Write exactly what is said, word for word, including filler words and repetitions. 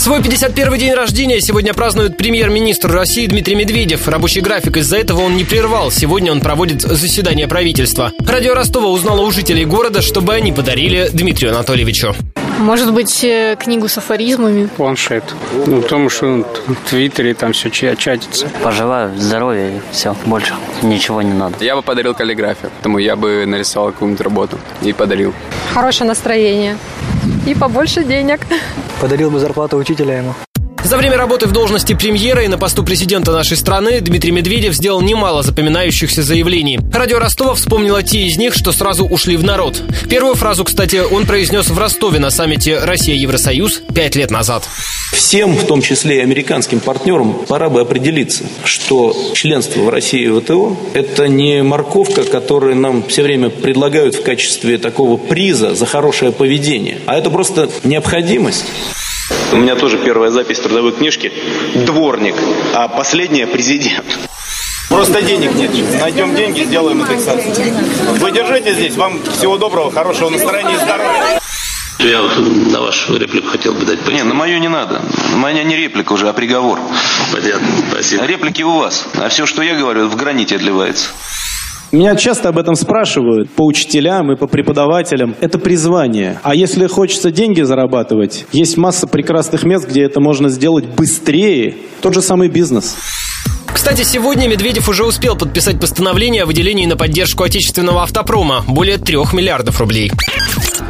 Свой пятьдесят первый день рождения сегодня празднует премьер-министр России Дмитрий Медведев. Рабочий график из-за этого он не прервал. Сегодня он проводит заседание правительства. Радио Ростова узнало у жителей города, чтобы они подарили Дмитрию Анатольевичу. Может быть, книгу с афоризмами? Планшет. Ну, потому что в Твиттере там все чатится. Пожелаю здоровья и все. Больше ничего не надо. Я бы подарил каллиграфию, потому я бы нарисовал какую-нибудь работу и подарил. Хорошее настроение и побольше денег. Подарил бы зарплату учителя ему. За время работы в должности премьера и на посту президента нашей страны Дмитрий Медведев сделал немало запоминающихся заявлений. Радио Ростова вспомнило те из них, что сразу ушли в народ. Первую фразу, кстати, он произнес в Ростове на саммите «Россия-Евросоюз» пять лет назад. Всем, в том числе и американским партнерам, пора бы определиться, что членство в России и ВТО – это не морковка, которую нам все время предлагают в качестве такого приза за хорошее поведение, а это просто необходимость. У меня тоже первая запись в трудовой книжке «Дворник», а последняя «Президент». Просто денег нет. Найдем деньги, сделаем индексацию. Вы держите здесь. Вам всего доброго, хорошего настроения и здоровья. Я вот на вашу реплику хотел бы дать пояснение. Не, на мою не надо. У меня не реплика уже, а приговор. Понятно, спасибо. Реплики у вас. А все, что я говорю, в граните отливается. Меня часто об этом спрашивают по учителям и по преподавателям. Это призвание. А если хочется деньги зарабатывать, есть масса прекрасных мест, где это можно сделать быстрее. Тот же самый бизнес. Кстати, сегодня Медведев уже успел подписать постановление о выделении на поддержку отечественного автопрома более трех миллиардов рублей.